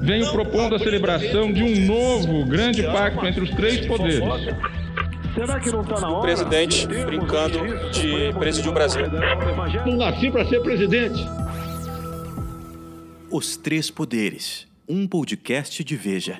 venho propondo a celebração de um novo grande pacto entre os três poderes. Será que não está na hora? O presidente brincando de presidir o Brasil. Não nasci para ser presidente. Os Três Poderes, um podcast de Veja.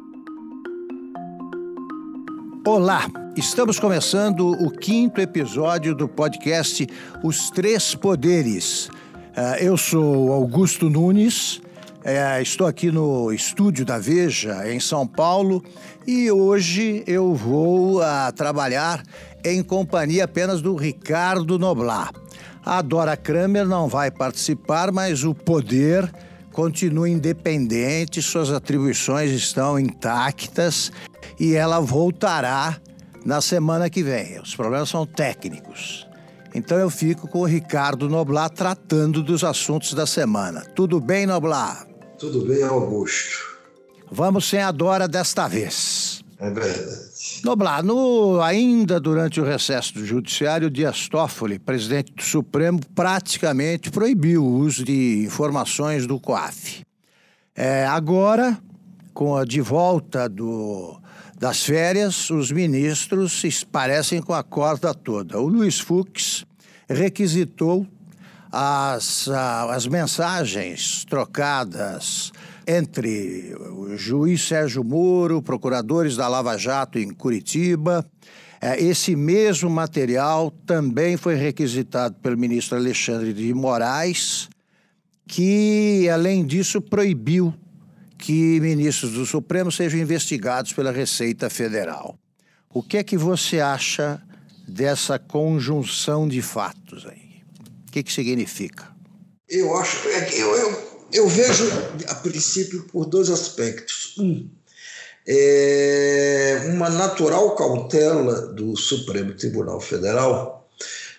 Olá, estamos começando o 5º episódio do podcast Os Três Poderes. Eu sou Augusto Nunes, estou aqui no estúdio da Veja, em São Paulo, e hoje eu vou trabalhar em companhia apenas do Ricardo Noblat. A Dora Kramer não vai participar, mas o poder continua independente, suas atribuições estão intactas e ela voltará na semana que vem. Os problemas são técnicos. Então eu fico com o Ricardo Noblat tratando dos assuntos da semana. Tudo bem, Noblat? Tudo bem, Augusto. Vamos sem a Dora desta vez. É verdade. Noblat, ainda durante o recesso do Judiciário, Dias Toffoli, presidente do Supremo, praticamente proibiu o uso de informações do COAF. Agora, de volta das férias, os ministros parecem com a corda toda. O Luiz Fux requisitou as mensagens trocadas entre o juiz Sérgio Moro, procuradores da Lava Jato em Curitiba. Esse mesmo material também foi requisitado pelo ministro Alexandre de Moraes, que, além disso, proibiu que ministros do Supremo sejam investigados pela Receita Federal. O que é que você acha dessa conjunção de fatos aí? O que significa? Eu acho... Eu vejo, a princípio, por dois aspectos. Uma natural cautela do Supremo Tribunal Federal,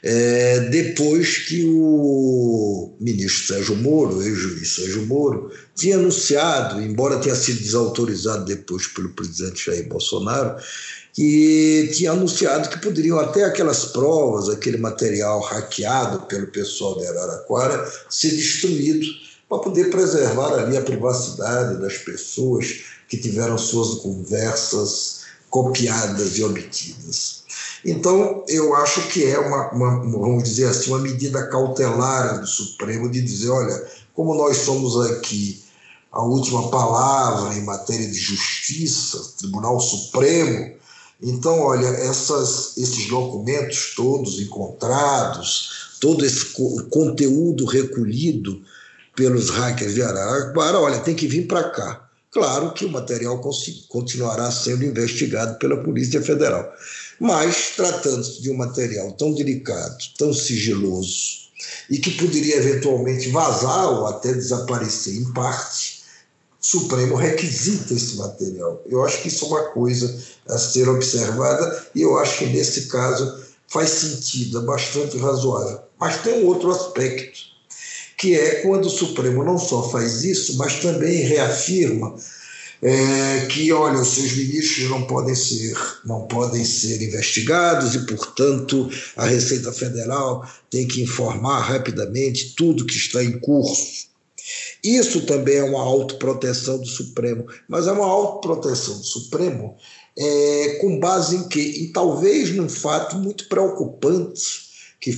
depois que o ministro Sérgio Moro, o ex-juiz Sérgio Moro, tinha anunciado, embora tenha sido desautorizado depois pelo presidente Jair Bolsonaro, que tinha anunciado que poderiam até aquelas provas, aquele material hackeado pelo pessoal de Araraquara, ser destruído para poder preservar ali a privacidade das pessoas que tiveram suas conversas copiadas e obtidas. Então, eu acho que é vamos dizer assim, uma medida cautelar do Supremo de dizer, olha, como nós somos aqui a última palavra em matéria de justiça, Tribunal Supremo, então, olha, esses documentos todos encontrados, todo esse conteúdo recolhido pelos hackers de Araraquara, olha, tem que vir para cá. Claro que o material continuará sendo investigado pela Polícia Federal, mas tratando-se de um material tão delicado, tão sigiloso, e que poderia eventualmente vazar ou até desaparecer em parte, o Supremo requisita esse material. Eu acho que isso é uma coisa a ser observada e eu acho que nesse caso faz sentido, é bastante razoável. Mas tem um outro aspecto, que é quando o Supremo não só faz isso, mas também reafirma que, olha, os seus ministros não podem ser investigados e, portanto, a Receita Federal tem que informar rapidamente tudo que está em curso. Isso também é uma autoproteção do Supremo, mas é uma autoproteção do Supremo com base em quê? E talvez num fato muito preocupante, que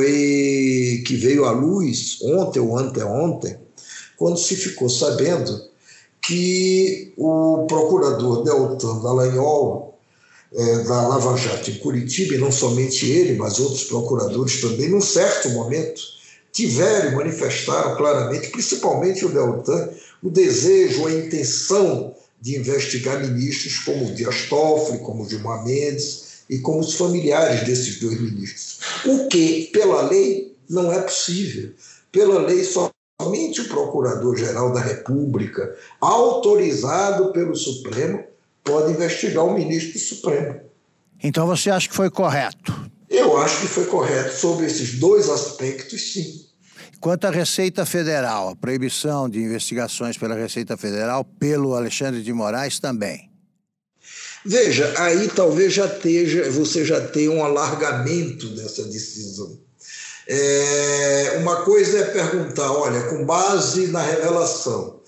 veio à luz ontem ou anteontem, quando se ficou sabendo que o procurador Deltan Dallagnol, da Lava Jato em Curitiba, e não somente ele, mas outros procuradores também, num certo momento, tiveram e manifestaram claramente, principalmente o Deltan, o desejo, a intenção de investigar ministros como o Dias Toffoli, como o Gilmar Mendes, e como os familiares desses dois ministros. O que, pela lei, não é possível. Pela lei, somente o Procurador-Geral da República, autorizado pelo Supremo, pode investigar o ministro do Supremo. Então você acha que foi correto? Eu acho que foi correto sobre esses dois aspectos, sim. Quanto à Receita Federal, a proibição de investigações pela Receita Federal, pelo Alexandre de Moraes também. Veja, aí talvez você já tenha um alargamento dessa decisão. Uma coisa é perguntar, olha, com base na revelação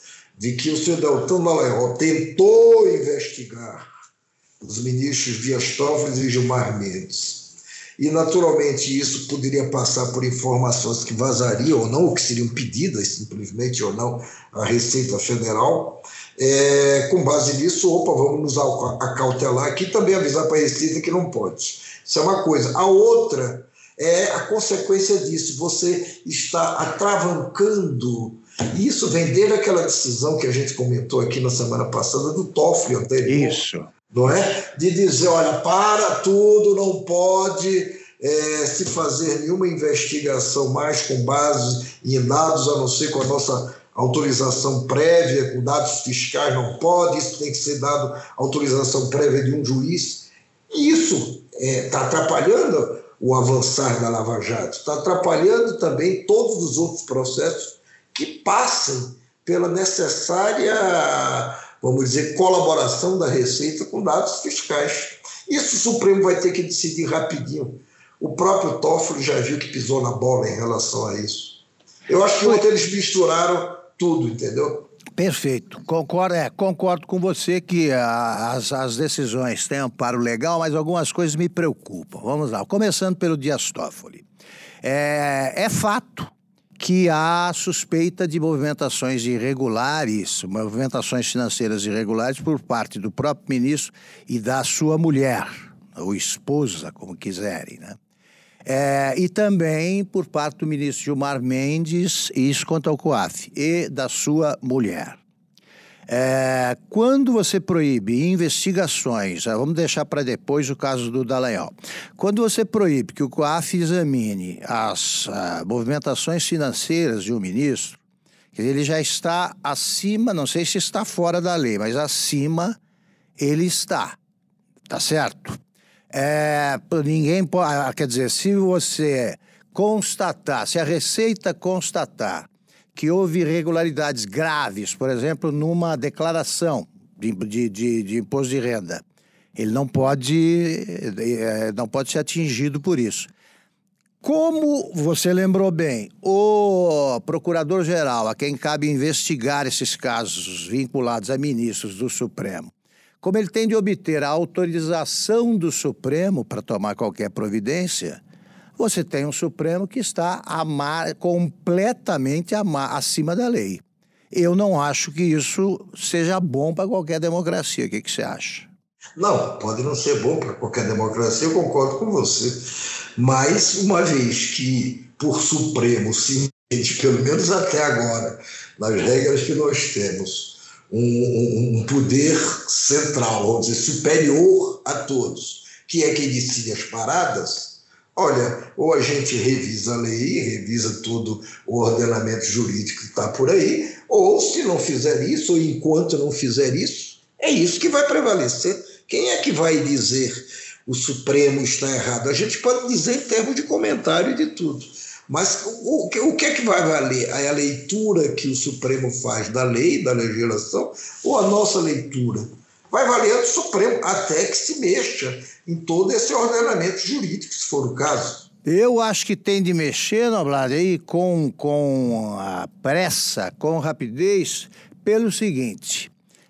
de que o senhor Deltan Dallagnol tentou investigar os ministros Dias Toffoli e Gilmar Mendes. E, naturalmente, isso poderia passar por informações que vazariam ou não, ou que seriam pedidas, simplesmente ou não, à Receita Federal. Com base nisso, vamos nos acautelar aqui e também avisar para a Receita que não pode. Isso é uma coisa. A outra é a consequência disso. Você está atravancando. E isso vem desde aquela decisão que a gente comentou aqui na semana passada do Toffoli anterior. Isso. Não é? De dizer, olha, para tudo, não pode se fazer nenhuma investigação mais com base em dados, a não ser com a nossa autorização prévia, com dados fiscais não pode, isso tem que ser dado autorização prévia de um juiz. E isso está atrapalhando o avançar da Lava Jato, está atrapalhando também todos os outros processos que passem pela necessária, vamos dizer, colaboração da Receita com dados fiscais. Isso o Supremo vai ter que decidir rapidinho. O próprio Toffoli já viu que pisou na bola em relação a isso. Eu acho que ontem eles misturaram tudo, entendeu? Perfeito. Concordo com você que as decisões têm amparo legal, mas algumas coisas me preocupam. Vamos lá. Começando pelo Dias Toffoli. É fato que há suspeita de movimentações irregulares, movimentações financeiras irregulares por parte do próprio ministro e da sua mulher, ou esposa, como quiserem, né? E também por parte do ministro Gilmar Mendes, isso quanto ao COAF, e da sua mulher. Quando você proíbe investigações, vamos deixar para depois o caso do Dallagnol, quando você proíbe que o COAF examine as movimentações financeiras de um ministro, ele já está acima, não sei se está fora da lei, mas acima ele está, tá certo? Ninguém pode, quer dizer, se você constatar, se a Receita constatar que houve irregularidades graves, por exemplo, numa declaração de imposto de renda, ele não pode ser atingido por isso. Como você lembrou bem, o procurador-geral, a quem cabe investigar esses casos vinculados a ministros do Supremo, como ele tem de obter a autorização do Supremo para tomar qualquer providência, você tem um Supremo que está completamente acima da lei. Eu não acho que isso seja bom para qualquer democracia. O que você acha? Não, pode não ser bom para qualquer democracia, eu concordo com você. Mas, uma vez que, por Supremo, se entende, pelo menos até agora, nas regras que nós temos, um poder central, vamos dizer, superior a todos, que é quem decide as paradas, olha, ou a gente revisa a lei, revisa todo o ordenamento jurídico que está por aí, ou se não fizer isso, ou enquanto não fizer isso, é isso que vai prevalecer. Quem é que vai dizer o Supremo está errado? A gente pode dizer em termos de comentário e de tudo. Mas o que é que vai valer? É a leitura que o Supremo faz da lei, da legislação, ou a nossa leitura? Vai valer do Supremo, até que se mexa em todo esse ordenamento jurídico, se for o caso. Eu acho que tem de mexer, Noblat, aí com a pressa, com rapidez, pelo seguinte: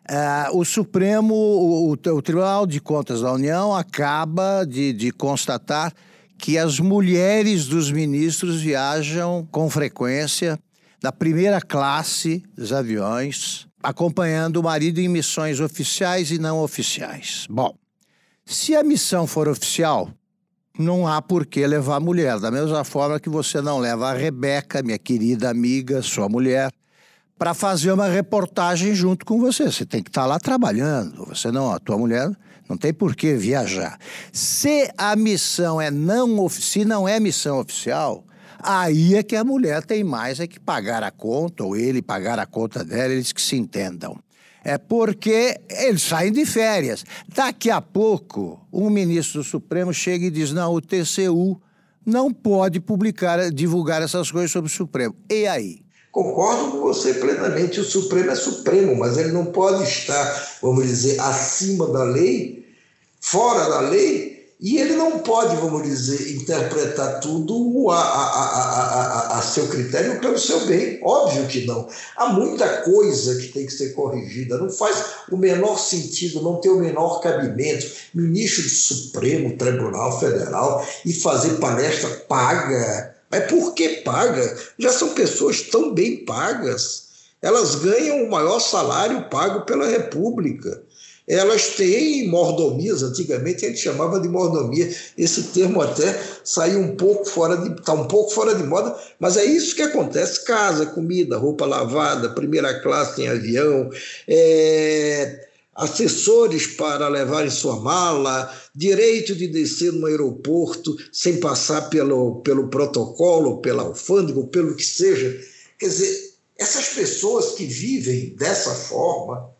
o Supremo, o Tribunal de Contas da União acaba de constatar que as mulheres dos ministros viajam com frequência da primeira classe dos aviões, acompanhando o marido em missões oficiais e não oficiais. Bom, se a missão for oficial, não há por que levar a mulher, da mesma forma que você não leva a Rebeca, minha querida amiga, sua mulher, para fazer uma reportagem junto com você. Você tem que estar lá trabalhando, a tua mulher não tem por que viajar. Se a missão se não é missão oficial, aí é que a mulher tem mais que pagar a conta, ou ele pagar a conta dela, eles que se entendam. É porque eles saem de férias. Daqui a pouco, um ministro do Supremo chega e diz, não, o TCU não pode divulgar essas coisas sobre o Supremo. E aí? Concordo com você plenamente, o Supremo é Supremo, mas ele não pode estar, vamos dizer, acima da lei, fora da lei, E ele não pode, vamos dizer, interpretar tudo a seu critério pelo seu bem. Óbvio que não. Há muita coisa que tem que ser corrigida. Não faz o menor sentido, não tem o menor cabimento. Ministro do Supremo Tribunal Federal e fazer palestra paga. Mas por que paga? Já são pessoas tão bem pagas. Elas ganham o maior salário pago pela República. Elas têm mordomias, antigamente a gente chamava de mordomia, esse termo até saiu um pouco está um pouco fora de moda, mas é isso que acontece: casa, comida, roupa lavada, primeira classe em avião, assessores para levar em sua mala, direito de descer no aeroporto sem passar pelo protocolo, pela alfândega, ou pelo que seja. Quer dizer, essas pessoas que vivem dessa forma,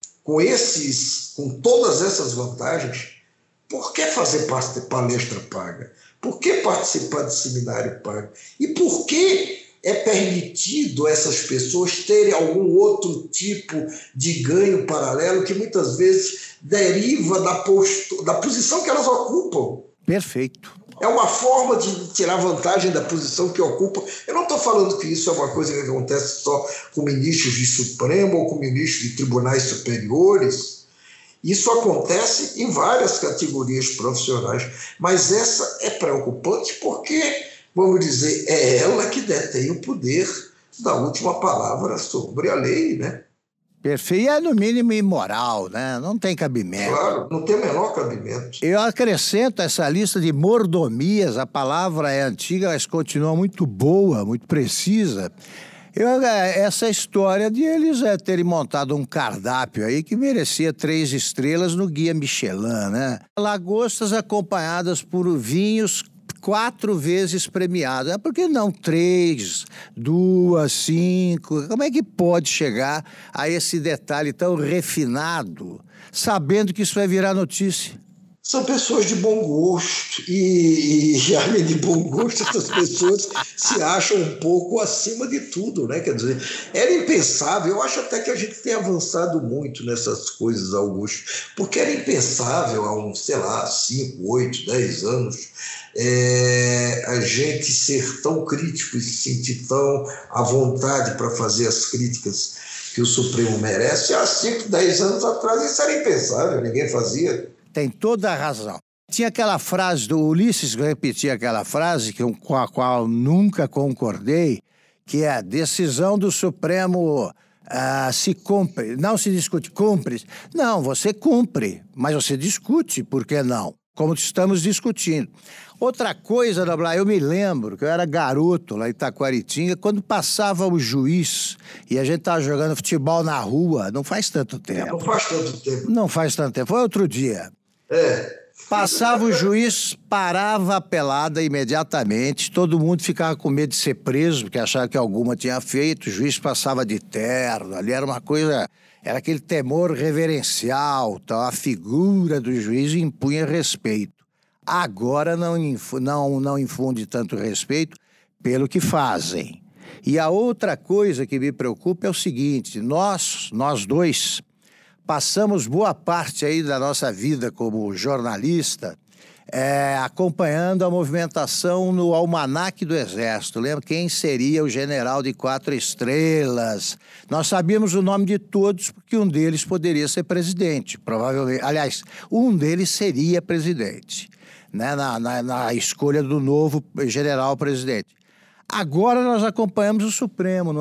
com todas essas vantagens, por que fazer palestra paga? Por que participar de seminário pago? E por que é permitido essas pessoas terem algum outro tipo de ganho paralelo que muitas vezes deriva da posição que elas ocupam? Perfeito. É uma forma de tirar vantagem da posição que ocupa. Eu não estou falando que isso é uma coisa que acontece só com ministros de Supremo ou com ministros de tribunais superiores. Isso acontece em várias categorias profissionais. Mas essa é preocupante porque, vamos dizer, é ela que detém o poder da última palavra sobre a lei, né? Perfeito. E é, no mínimo, imoral, né? Não tem cabimento. Claro, não tem o menor cabimento. Eu acrescento essa lista de mordomias, a palavra é antiga, mas continua muito boa, muito precisa. Essa história de eles terem montado um cardápio aí que merecia 3 estrelas no Guia Michelin, né? Lagostas acompanhadas por vinhos 4 vezes premiados. Por que não 3, 2, 5? Como é que pode chegar a esse detalhe tão refinado, sabendo que isso vai virar notícia? São pessoas de bom gosto e além de bom gosto, essas pessoas se acham um pouco acima de tudo, né? Quer dizer, era impensável. Eu acho até que a gente tem avançado muito nessas coisas, Augusto, porque era impensável há uns, 5, 8, 10 anos a gente ser tão crítico e se sentir tão à vontade para fazer as críticas que o Supremo merece. Há 5, 10 anos atrás isso era impensável, ninguém fazia. Tem toda a razão. Tinha aquela frase do Ulisses, que repetia aquela frase com a qual nunca concordei, que é: a decisão do Supremo se cumpre, não se discute, cumpre. Não, você cumpre, mas você discute, por que não? Como estamos discutindo. Outra coisa, Noblar, eu me lembro que eu era garoto lá em Itaquaritinga, quando passava o juiz e a gente estava jogando futebol na rua, não faz tanto tempo. Não faz tanto tempo. Não faz tanto tempo, foi outro dia. Passava o juiz, parava a pelada imediatamente, todo mundo ficava com medo de ser preso, porque achava que alguma tinha feito, o juiz passava de terno, ali era uma coisa, era aquele temor reverencial, tal, a figura do juiz impunha respeito. Agora não infunde tanto respeito pelo que fazem. E a outra coisa que me preocupa é o seguinte: nós dois, passamos boa parte aí da nossa vida como jornalista acompanhando a movimentação no almanaque do Exército. Lembra quem seria o general de 4 estrelas? Nós sabíamos o nome de todos porque um deles poderia ser presidente, provavelmente. Aliás, um deles seria presidente, né, na escolha do novo general presidente. Agora nós acompanhamos o Supremo.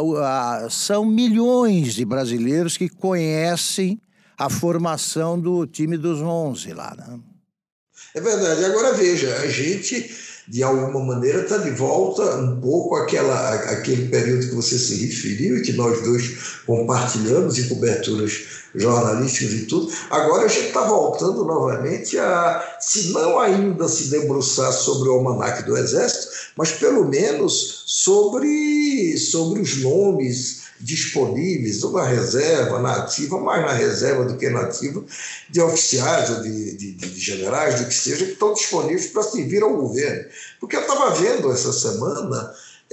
São milhões de brasileiros que conhecem a formação do time dos 11 lá, né? É verdade. Agora veja, a gente, de alguma maneira, está de volta um pouco àquele período que você se referiu e que nós dois compartilhamos em coberturas jornalísticas e tudo. Agora a gente está voltando novamente se não ainda se debruçar sobre o almanaque do Exército, mas pelo menos sobre os nomes disponíveis, ou na reserva, na ativa, mais na reserva do que na ativa, de oficiais ou de generais, do que seja, que estão disponíveis para servir ao governo. Porque eu estava vendo essa semana,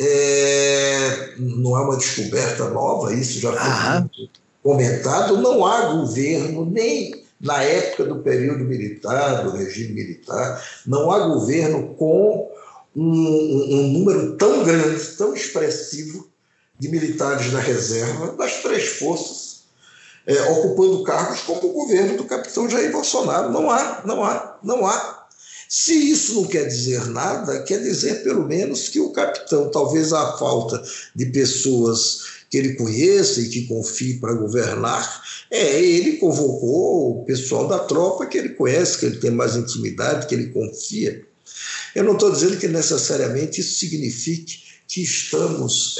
não é uma descoberta nova, isso já foi muito comentado, não há governo nem na época do período militar, do regime militar, não há governo com um número tão grande, tão expressivo de militares na reserva das três forças, ocupando cargos como o governo do capitão Jair Bolsonaro. Não há. Se isso não quer dizer nada, quer dizer pelo menos que o capitão, talvez à falta de pessoas que ele conheça e que confie para governar, ele convocou o pessoal da tropa que ele conhece, que ele tem mais intimidade, que ele confia. Eu não estou dizendo que necessariamente isso signifique que estamos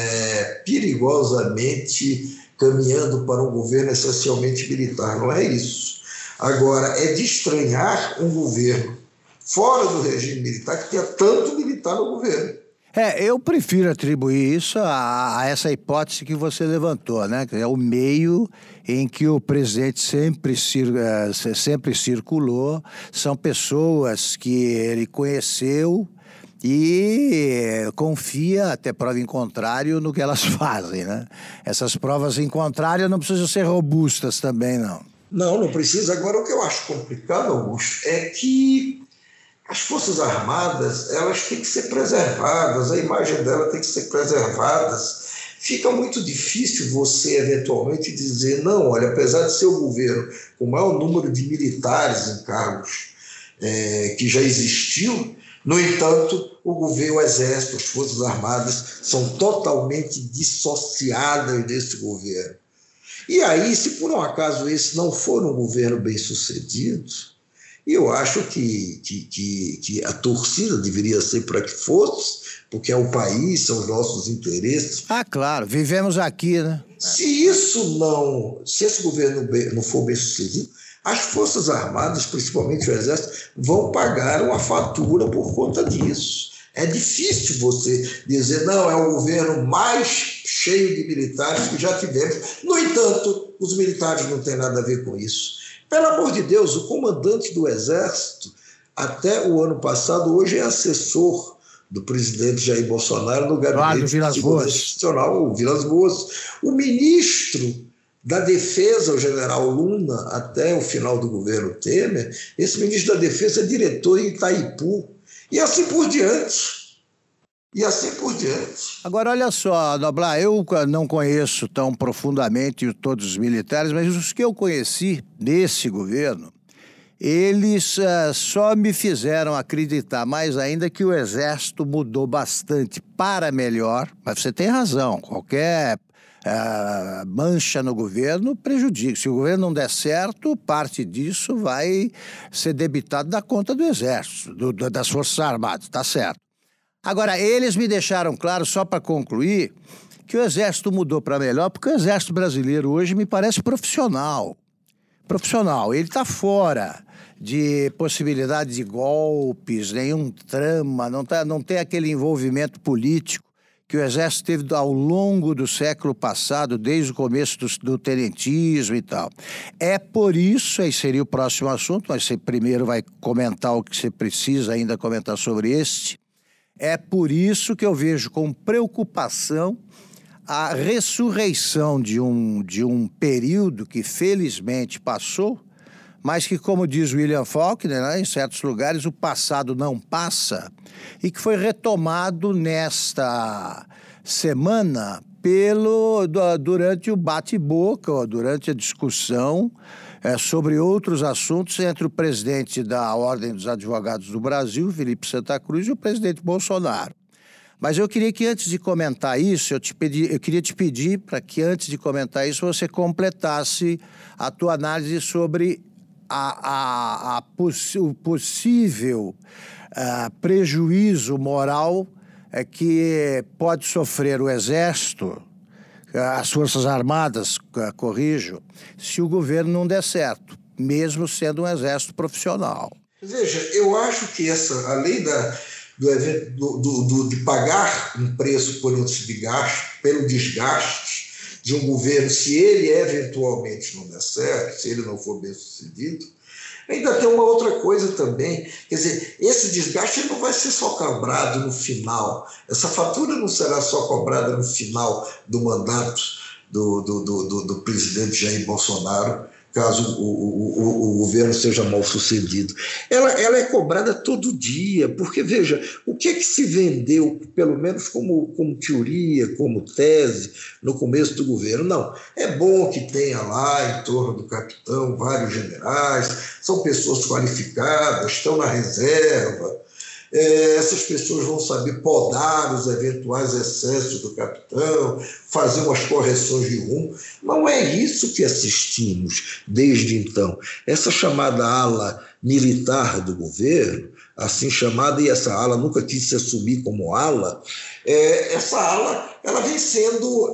perigosamente caminhando para um governo essencialmente militar. Não é isso. Agora, é de estranhar um governo fora do regime militar que tenha tanto militar no governo. Eu prefiro atribuir isso a essa hipótese que você levantou, né? É o meio em que o presidente sempre circulou, são pessoas que ele conheceu e confia, até prova em contrário, no que elas fazem, né? Essas provas em contrário não precisam ser robustas também, não. Não precisa. Agora, o que eu acho complicado, Augusto, é que as Forças Armadas, elas têm que ser preservadas, a imagem dela tem que ser preservada. Fica muito difícil você, eventualmente, dizer, não, olha, apesar de ser o governo com o maior número de militares em cargos que já existiu, no entanto, o Exército, as Forças Armadas são totalmente dissociadas desse governo. E aí, se por um acaso esse não for um governo bem-sucedido, eu acho que a torcida deveria ser para que fosse, porque é o país, são os nossos interesses. Claro, vivemos aqui, né? Se esse governo não for bem-sucedido, as Forças Armadas, principalmente o Exército, vão pagar uma fatura por conta disso. É difícil você dizer, não, é o governo mais cheio de militares que já tivemos. No entanto, os militares não têm nada a ver com isso. Pelo amor de Deus, o comandante do Exército, até o ano passado, hoje é assessor do presidente Jair Bolsonaro no gabinete de segurança institucional, o Vilas Boas. O ministro da Defesa, o general Luna, até o final do governo Temer, esse ministro da Defesa é diretor em Itaipu. E assim por diante. Agora, olha só, Noblar, eu não conheço tão profundamente todos os militares, mas os que eu conheci nesse governo, eles só me fizeram acreditar mais ainda que o Exército mudou bastante para melhor, mas você tem razão, qualquer mancha no governo prejudica. Se o governo não der certo, parte disso vai ser debitado da conta do Exército, das Forças Armadas, tá certo. Agora, eles me deixaram claro, só para concluir, que o Exército mudou para melhor, porque o Exército brasileiro hoje me parece profissional. Ele está fora de possibilidade de golpes, nenhum trama, não tem aquele envolvimento político que o Exército teve ao longo do século passado, desde o começo do tenentismo e tal. É por isso, aí seria o próximo assunto, mas você primeiro vai comentar o que você precisa ainda comentar sobre este. É por isso que eu vejo com preocupação a ressurreição de um período que felizmente passou, mas que, como diz William Faulkner, né, em certos lugares o passado não passa, e que foi retomado nesta semana durante o bate-boca, durante a discussão sobre outros assuntos entre o presidente da Ordem dos Advogados do Brasil, Felipe Santa Cruz, e o presidente Bolsonaro. Mas eu queria que antes de comentar isso, eu queria te pedir para que antes de comentar isso você completasse a tua análise sobre o possível prejuízo moral que pode sofrer o Exército, as Forças Armadas, corrijo, se o governo não der certo, mesmo sendo um exército profissional. Veja, eu acho que além de pagar um preço pelo desgaste de um governo, se ele eventualmente não der certo, se ele não for bem sucedido, ainda tem uma outra coisa também, quer dizer, esse desgaste não vai ser só cobrado no final, essa fatura não será só cobrada no final do mandato do presidente Jair Bolsonaro caso o governo seja mal sucedido. Ela é cobrada todo dia, porque, veja, o que é que se vendeu, pelo menos como teoria, como tese, no começo do governo? Não, é bom que tenha lá, em torno do capitão, vários generais, são pessoas qualificadas, estão na reserva, essas pessoas vão saber podar os eventuais excessos do capitão, fazer umas correções de rumo. Não é isso que assistimos desde então. Essa chamada ala militar do governo, assim chamada, e essa ala nunca quis se assumir como ala, essa ala ela vem sendo,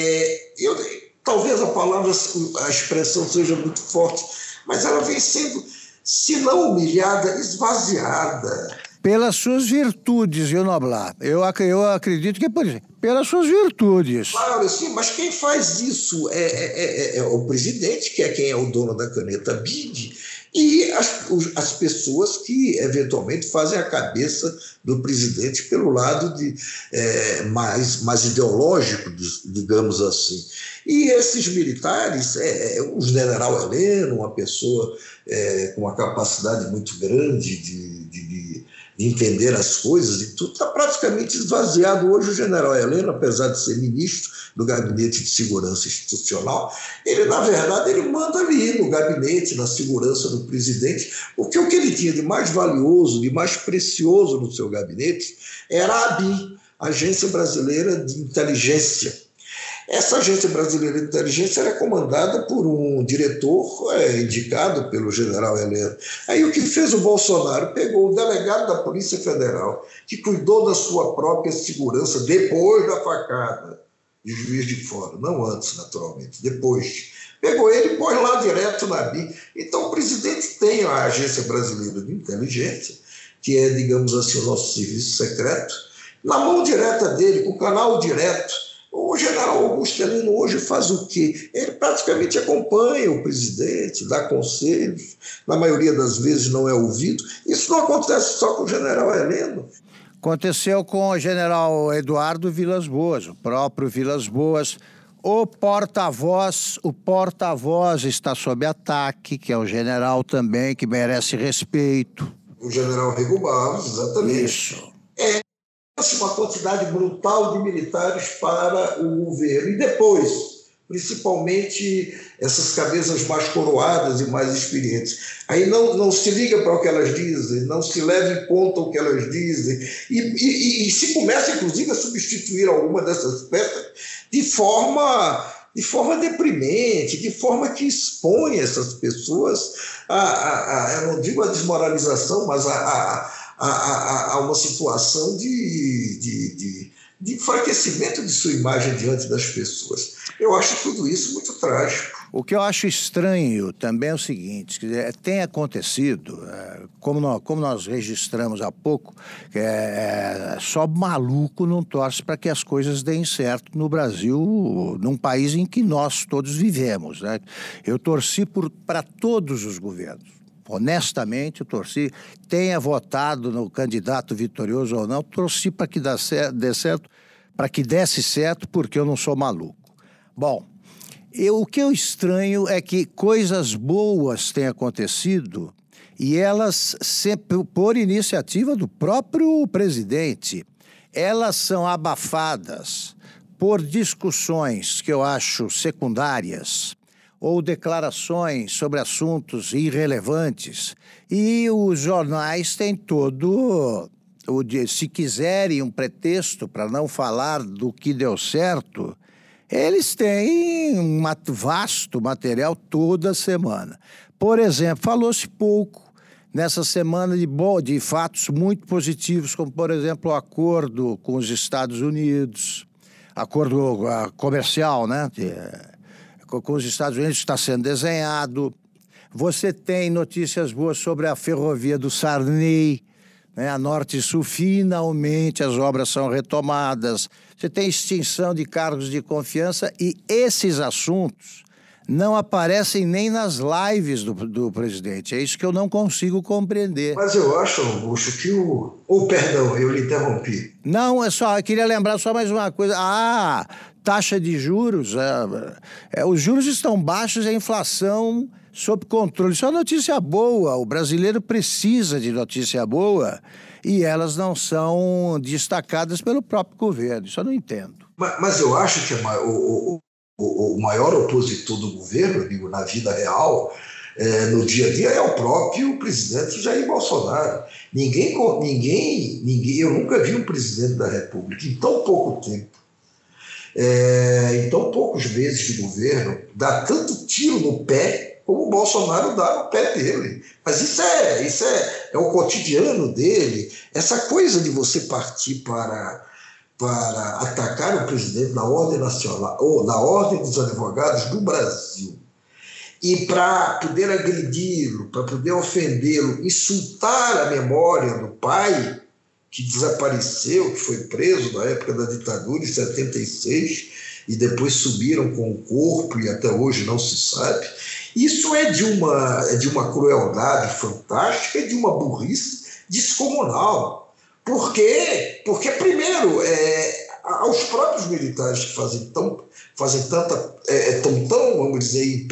talvez a expressão seja muito forte, mas ela vem sendo, se não humilhada, esvaziada. Pelas suas virtudes, Noblar. Eu acredito que é por isso. Pelas suas virtudes. Claro, sim, mas quem faz isso é o presidente, que é quem é o dono da caneta BID, e as pessoas que, eventualmente, fazem a cabeça do presidente pelo lado mais ideológico, digamos assim. E esses militares, o general Heleno, uma pessoa com uma capacidade muito grande de entender as coisas e tudo, está praticamente esvaziado. Hoje o general Heleno, apesar de ser ministro do Gabinete de Segurança Institucional, ele, na verdade, ele manda ali no gabinete, na segurança do presidente, porque o que ele tinha de mais valioso, de mais precioso no seu gabinete era a ABIN, Agência Brasileira de Inteligência. Essa Agência Brasileira de Inteligência era comandada por um diretor indicado pelo general Heleno. Aí o que fez o Bolsonaro? Pegou o delegado da Polícia Federal, que cuidou da sua própria segurança depois da facada de Juiz de Fora, não antes, naturalmente, depois. Pegou ele e pôs lá direto na BIM. Então o presidente tem a Agência Brasileira de Inteligência, que é, digamos assim, o nosso serviço secreto, na mão direta dele, com o canal direto. O general Augusto Heleno hoje faz o quê? Ele praticamente acompanha o presidente, dá conselhos, na maioria das vezes não é ouvido. Isso não acontece só com o general Heleno. Aconteceu com o general Eduardo Vilas Boas, o próprio Vilas Boas. O porta-voz está sob ataque, que é o general também, que merece respeito. O general Rego Barros, exatamente. Isso. Uma quantidade brutal de militares para o governo. E depois, principalmente essas cabeças mais coroadas e mais experientes. Aí não se liga para o que elas dizem, não se leva em conta o que elas dizem, e se começa, inclusive, a substituir alguma dessas peças de forma deprimente, de forma que expõe essas pessoas eu não digo a desmoralização, mas a uma situação de enfraquecimento de sua imagem diante das pessoas. Eu acho tudo isso muito trágico. O que eu acho estranho também é o seguinte, tem acontecido, como nós registramos há pouco, só maluco não torce para que as coisas deem certo no Brasil, num país em que nós todos vivemos, né? Eu torci para todos os governos. Honestamente, eu torci, tenha votado no candidato vitorioso ou não, torci para que dê certo, para que desse certo, porque eu não sou maluco. Bom, o que eu estranho é que coisas boas têm acontecido e elas, sempre por iniciativa do próprio presidente, elas são abafadas por discussões que eu acho secundárias, ou declarações sobre assuntos irrelevantes. E os jornais têm se quiserem um pretexto para não falar do que deu certo, eles têm um vasto material toda semana. Por exemplo, falou-se pouco nessa semana de fatos muito positivos, como, por exemplo, o acordo com os Estados Unidos, acordo comercial, né? Com os Estados Unidos está sendo desenhado. Você tem notícias boas sobre a ferrovia do Sarney, né? A Norte e Sul, finalmente as obras são retomadas. Você tem extinção de cargos de confiança e esses assuntos não aparecem nem nas lives do presidente. É isso que eu não consigo compreender. Mas eu acho, Augusto, que perdão, eu lhe interrompi. Não, eu queria lembrar só mais uma coisa. taxa de juros, os juros estão baixos e a inflação sob controle. Isso é uma notícia boa, o brasileiro precisa de notícia boa e elas não são destacadas pelo próprio governo, isso eu não entendo. Mas eu acho que o maior opositor do governo, amigo, na vida real, no dia a dia, é o próprio presidente Jair Bolsonaro. Eu nunca vi um presidente da República, em tão pouco tempo, em tão poucos meses de governo, dar tanto tiro no pé como o Bolsonaro dá no pé dele. Mas isso é o cotidiano dele. Essa coisa de você partir para atacar o presidente da Ordem Nacional, ou da Ordem dos Advogados do Brasil, e para poder agredi-lo, para poder ofendê-lo, insultar a memória do pai que desapareceu, que foi preso na época da ditadura, em 76, e depois subiram com o corpo e até hoje não se sabe. Isso é de uma crueldade fantástica e de uma burrice descomunal. Por quê? Porque, primeiro, aos próprios militares que estão tão, vamos dizer,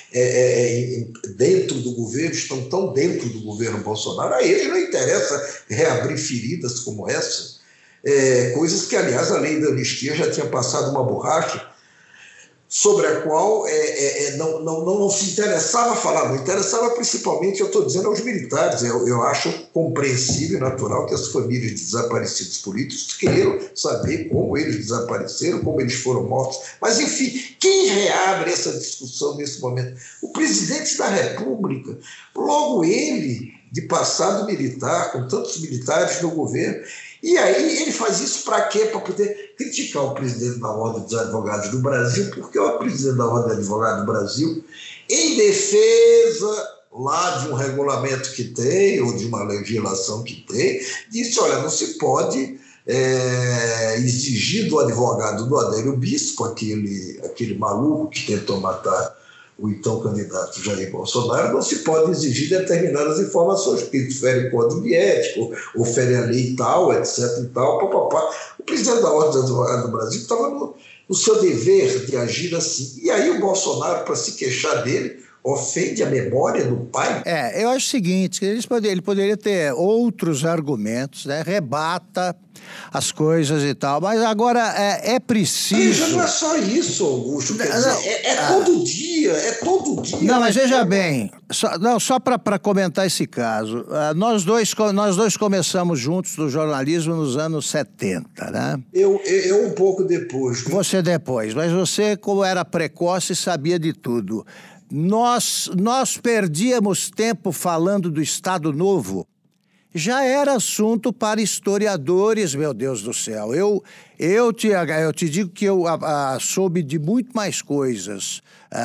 dentro do governo, estão tão dentro do governo Bolsonaro, a eles não interessa reabrir feridas como essa, coisas que, aliás, a lei da anistia já tinha passado uma borracha, sobre a qual não se interessava falar, não interessava principalmente, eu estou dizendo, aos militares. Eu acho compreensível e natural que as famílias de desaparecidos políticos queiram saber como eles desapareceram, como eles foram mortos. Mas, enfim, quem reabre essa discussão nesse momento? O presidente da República, logo ele, de passado militar, com tantos militares no governo. E aí ele faz isso para quê? Para poder criticar o presidente da Ordem dos Advogados do Brasil, porque o presidente da Ordem dos Advogados do Brasil, em defesa lá de um regulamento que tem, ou de uma legislação que tem, disse, olha, não se pode exigir do advogado do Adélio Bispo, aquele maluco que tentou matar o então candidato Jair Bolsonaro, não se pode exigir determinadas informações, porque isso fere o código de ética, ou fere a lei tal, etc. e tal, papapá. O presidente da Ordem dos Advogados do Brasil estava no seu dever de agir assim. E aí o Bolsonaro, para se queixar dele, ofende a memória do pai? Eu acho o seguinte, que ele poderia ter outros argumentos, né? Rebata as coisas e tal, mas agora é preciso... Mas não é só isso, Augusto, quer dizer, todo dia, Não, mas veja bem, só para comentar esse caso, nós dois começamos juntos no jornalismo nos anos 70, né? Eu um pouco depois. Né? Você depois, mas você, como era precoce, sabia de tudo. Nós perdíamos tempo falando do Estado Novo. Já era assunto para historiadores, meu Deus do céu. Eu te digo que eu soube de muito mais coisas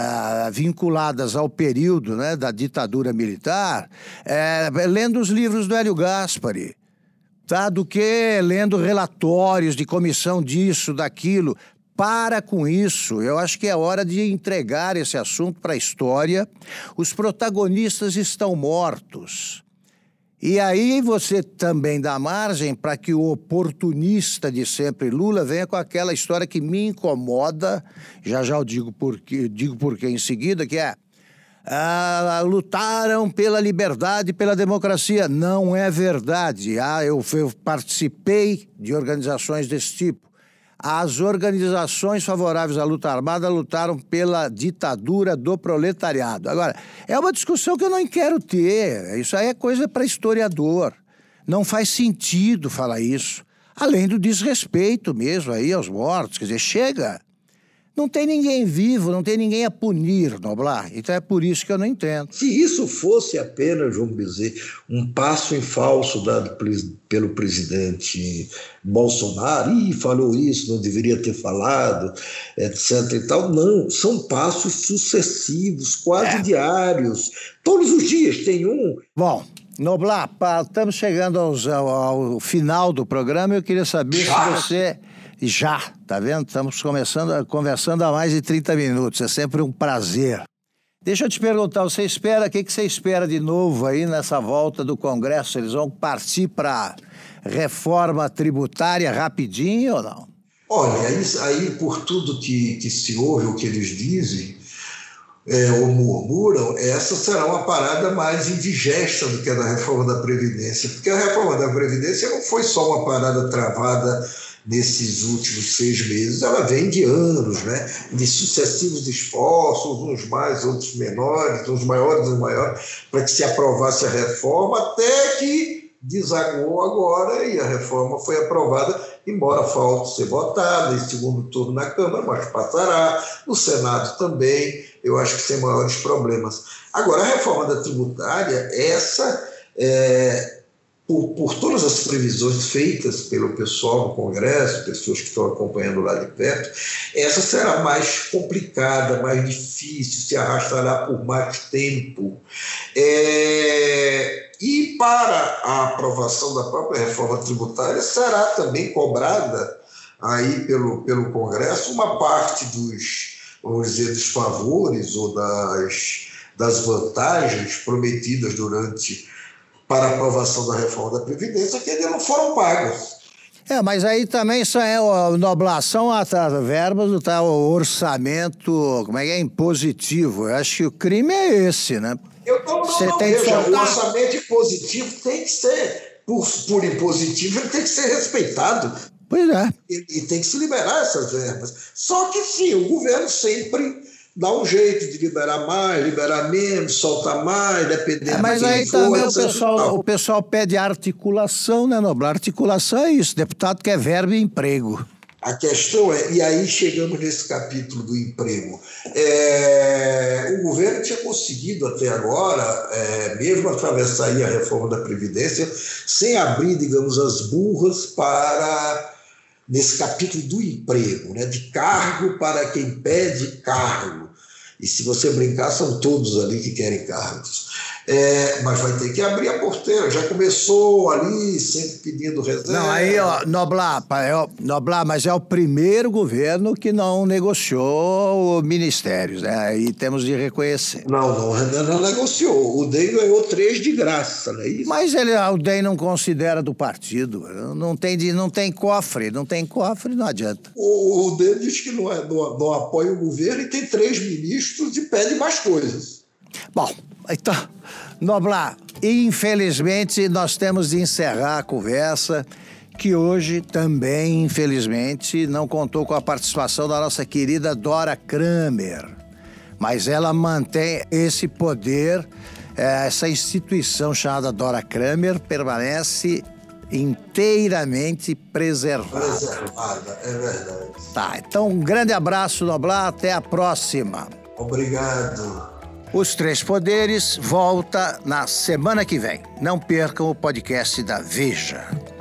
vinculadas ao período, né, da ditadura militar, lendo os livros do Hélio Gaspari, tá, do que lendo relatórios de comissão disso, daquilo. Para com isso, eu acho que é hora de entregar esse assunto para a história. Os protagonistas estão mortos. E aí você também dá margem para que o oportunista de sempre Lula venha com aquela história que me incomoda, já eu digo porque em seguida, que lutaram pela liberdade, pela democracia. Não é verdade. Eu participei de organizações desse tipo. As organizações favoráveis à luta armada lutaram pela ditadura do proletariado. Agora, é uma discussão que eu não quero ter. Isso aí é coisa para historiador. Não faz sentido falar isso. Além do desrespeito mesmo aí aos mortos. Quer dizer, chega. Não tem ninguém vivo, não tem ninguém a punir, Noblar. Então é por isso que eu não entendo. Se isso fosse apenas, vamos dizer, um passo em falso dado pelo presidente Bolsonaro, falou isso, não deveria ter falado, etc. e tal, não, são passos sucessivos, quase diários. Todos os dias tem um. Bom, Noblar, estamos chegando ao final do programa. Eu queria saber se você... Já, tá vendo? Estamos conversando há mais de 30 minutos. É sempre um prazer. Deixa eu te perguntar, o que você espera de novo aí nessa volta do Congresso? Eles vão partir para reforma tributária rapidinho ou não? Olha, aí por tudo que se ouve, o que eles dizem, ou murmuram, essa será uma parada mais indigesta do que a da reforma da Previdência, porque a reforma da Previdência não foi só uma parada travada nesses últimos 6 meses, ela vem de anos, né? De sucessivos esforços, uns mais, outros menores, uns maiores, para que se aprovasse a reforma, até que desaguou agora e a reforma foi aprovada, embora falte ser votada em segundo turno na Câmara, mas passará, no Senado também, eu acho que sem maiores problemas. Agora, a reforma da tributária, essa, por todas as previsões feitas pelo pessoal no Congresso, pessoas que estão acompanhando lá de perto, essa será mais complicada, mais difícil, se arrastará por mais tempo. E para a aprovação da própria reforma tributária será também cobrada aí pelo Congresso uma parte vamos dizer, dos favores ou das vantagens prometidas para a aprovação da reforma da Previdência que ainda não foram pagas. Mas aí também são noblação a verbas do tal orçamento, impositivo. Eu acho que o crime é esse, né? O orçamento impositivo tem que ser, por impositivo, ele tem que ser respeitado. Pois é. E tem que se liberar essas verbas. Só que sim, o governo sempre dá um jeito de liberar mais, liberar menos, soltar mais, dependendo de mas aí também o pessoal pede articulação, né, Noblar? Articulação é isso, deputado quer verba e emprego. A questão e aí chegamos nesse capítulo do emprego. O governo tinha conseguido até agora, mesmo atravessar aí a reforma da Previdência, sem abrir, digamos, as burras nesse capítulo do emprego, né, de cargo para quem pede cargo. E se você brincar, são todos ali que querem cargos. Mas vai ter que abrir a porteira. Já começou ali, sempre pedindo reserva. Não, aí, Noblar, mas é o primeiro governo que não negociou ministérios, né? Aí temos de reconhecer. Não negociou. O DEM ganhou 3 de graça, não é isso? Mas o DEM não considera do partido. Não tem cofre, não adianta. O DEM diz que não apoia o governo e tem 3 ministros e pede mais coisas. Bom, então, Noblar, infelizmente nós temos de encerrar a conversa, que hoje também, infelizmente, não contou com a participação da nossa querida Dora Kramer. Mas ela mantém esse poder, essa instituição chamada Dora Kramer permanece inteiramente preservada. É verdade. Tá, então um grande abraço, Noblar, até a próxima. Obrigado. Os Três Poderes volta na semana que vem. Não percam o podcast da Veja.